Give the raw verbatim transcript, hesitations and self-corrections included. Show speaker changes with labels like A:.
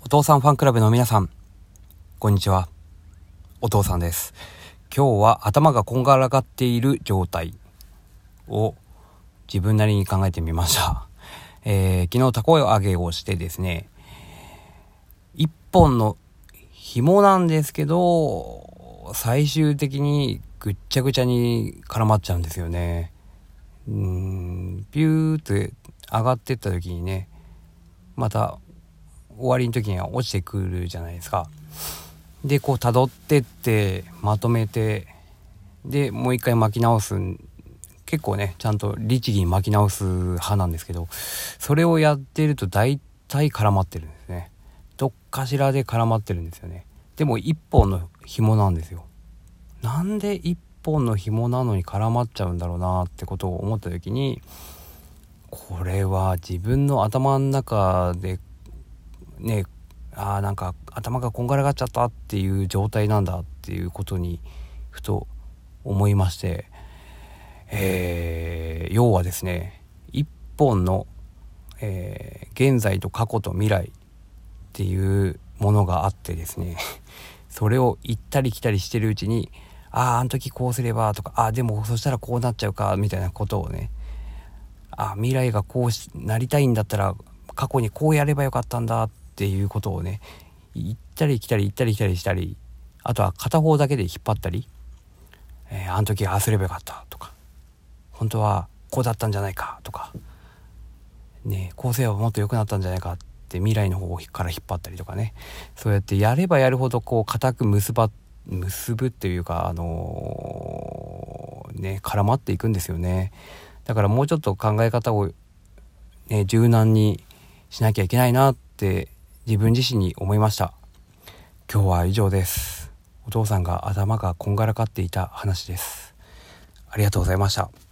A: お父さんファンクラブの皆さん、こんにちは。お父さんです。今日は頭がこんがらがっている状態を自分なりに考えてみました。えー、昨日たこ揚げをしてですね、一本の紐なんですけど、最終的にぐっちゃぐちゃに絡まっちゃうんですよね。うーん、ピューって上がってった時にね、また終わりの時には落ちてくるじゃないですか。でこう辿ってってまとめて、でもう一回巻き直す。結構ねちゃんと律儀に巻き直す派なんですけど、それをやっていると大体絡まってるんですね。どっかしらで絡まってるんですよね。でも一本の紐なんですよ。なんで一本の紐なのに絡まっちゃうんだろうなってことを思った時に、これは自分の頭の中でね、あーなんか頭がこんがらがっちゃったっていう状態なんだっていうことにふと思いまして、えー、要はですね、一本の、えー、現在と過去と未来っていうものがあってですねそれを行ったり来たりしてるうちに、あああの時こうすればとか、あでもそしたらこうなっちゃうかみたいなことをね、あ未来がこうなりたいんだったら過去にこうやればよかったんだっていうことをね、行ったり来たり行ったり来たりしたり、あとは片方だけで引っ張ったり、えー、あの時ああすればよかったとか、本当はこうだったんじゃないかとかね、こうすればもっと良くなったんじゃないかって未来の方から引っ張ったりとかね、そうやってやればやるほどこう固く結ば結ぶっていうか、あのー、ね絡まっていくんですよね。だからもうちょっと考え方をね柔軟にしなきゃいけないなって自分自身に思いました。今日は以上です。お父さんが頭がこんがらかっていた話です。ありがとうございました。